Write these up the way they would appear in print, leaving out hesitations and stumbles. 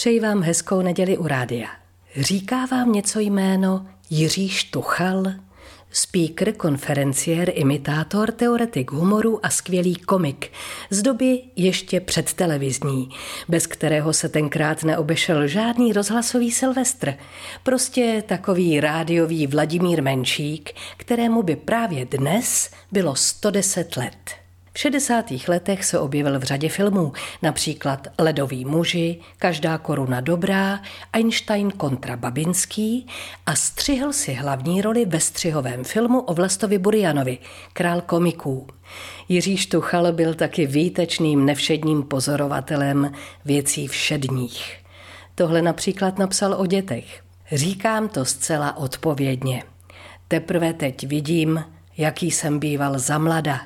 Přeji vám hezkou neděli u rádia. Říká vám něco jméno Jiří Štuchal? Speaker, konferenciér, imitátor, teoretik humoru a skvělý komik. Z doby ještě předtelevizní, bez kterého se tenkrát neobešel žádný rozhlasový Silvestr. Prostě takový rádiový Vladimír Menšík, kterému by právě dnes bylo 110 let. V 60. letech se objevil v řadě filmů, například Ledoví muži, Každá koruna dobrá, Einstein kontra Babinský a střihl si hlavní roli ve střihovém filmu o Vlastovi Burianovi, Král komiků. Jiří Štuchal byl taky výtečným nevšedním pozorovatelem věcí všedních. Tohle například napsal o dětech. Říkám to zcela odpovědně. Teprve teď vidím, jaký jsem býval za mlada.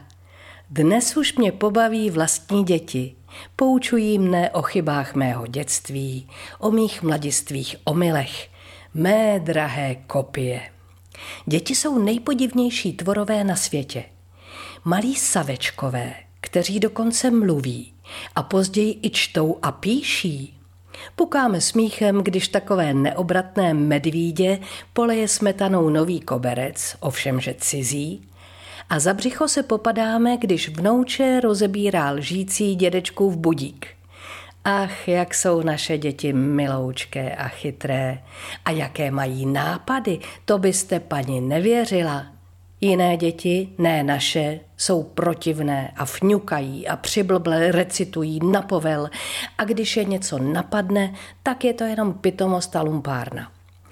Dnes už mě pobaví vlastní děti. Poučují mne o chybách mého dětství, o mých mladistvých omylech. Mé drahé kopie. Děti jsou nejpodivnější tvorové na světě. Malí savečkové, kteří dokonce mluví a později i čtou a píší. Pukáme smíchem, když takové neobratné medvídě poleje smetanou nový koberec, ovšemže cizí, a za břicho se popadáme, když vnouče rozebírá lžící dědečkův budík. Ach, jak jsou naše děti miloučké a chytré. A jaké mají nápady, to byste, paní, nevěřila. Jiné děti, ne naše, jsou protivné a fňukají a přiblble recitují na povel. A když je něco napadne, tak je to jenom pitomost a lumpárna.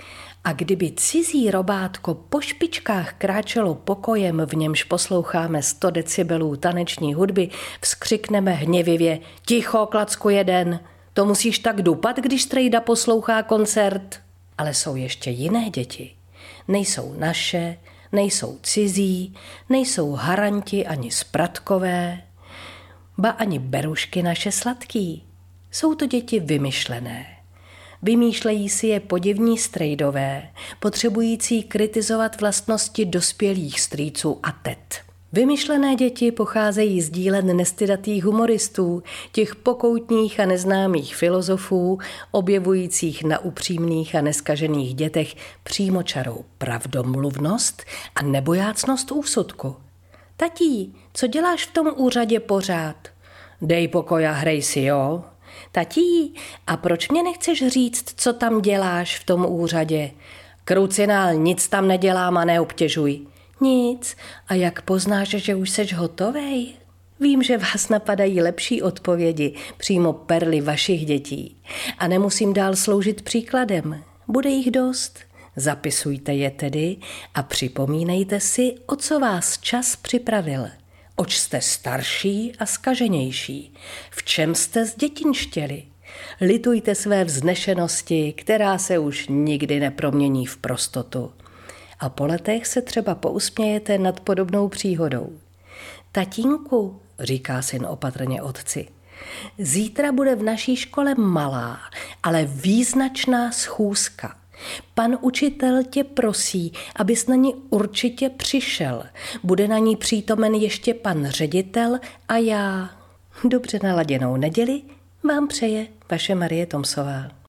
A kdyby cizí robátko po špičkách kráčelo pokojem, v němž posloucháme 100 decibelů taneční hudby, vzkřikneme hněvivě: Ticho, klacku jeden, to musíš tak dupat, když strejda poslouchá koncert. Ale jsou ještě jiné děti. Nejsou naše, nejsou cizí, nejsou haranti ani spratkové, ba ani berušky naše sladký. Jsou to děti vymyšlené. Vymýšlejí si je podivní strejdové, potřebující kritizovat vlastnosti dospělých strýců a tet. Vymyšlené děti pocházejí z dílen nestydatých humoristů, těch pokoutních a neznámých filozofů, objevujících na upřímných a neskažených dětech přímočarou pravdomluvnost a nebojácnost úsudku. Tatí, co děláš v tom úřadě pořád? Dej pokoj a hrej si, jo? Tatí, a proč mě nechceš říct, co tam děláš v tom úřadě? Krucinál, nic tam nedělám a neobtěžuj. Nic. A jak poznáš, že už seš hotovej? Vím, že vás napadají lepší odpovědi, přímo perly vašich dětí. A nemusím dál sloužit příkladem. Bude jich dost. Zapisujte je tedy a připomínejte si, o co vás čas připravil. Oč jste starší a zkaženější? V čem jste zdětinštěli? Litujte své vznešenosti, která se už nikdy nepromění v prostotu. A po letech se třeba pousmějete nad podobnou příhodou. Tatínku, říká syn opatrně otci, zítra bude v naší škole malá, ale význačná schůzka. Pan učitel tě prosí, abys na ní určitě přišel. Bude na ní přítomen ještě pan ředitel a já. Dobře naladěnou neděli vám přeje vaše Marie Tomsová.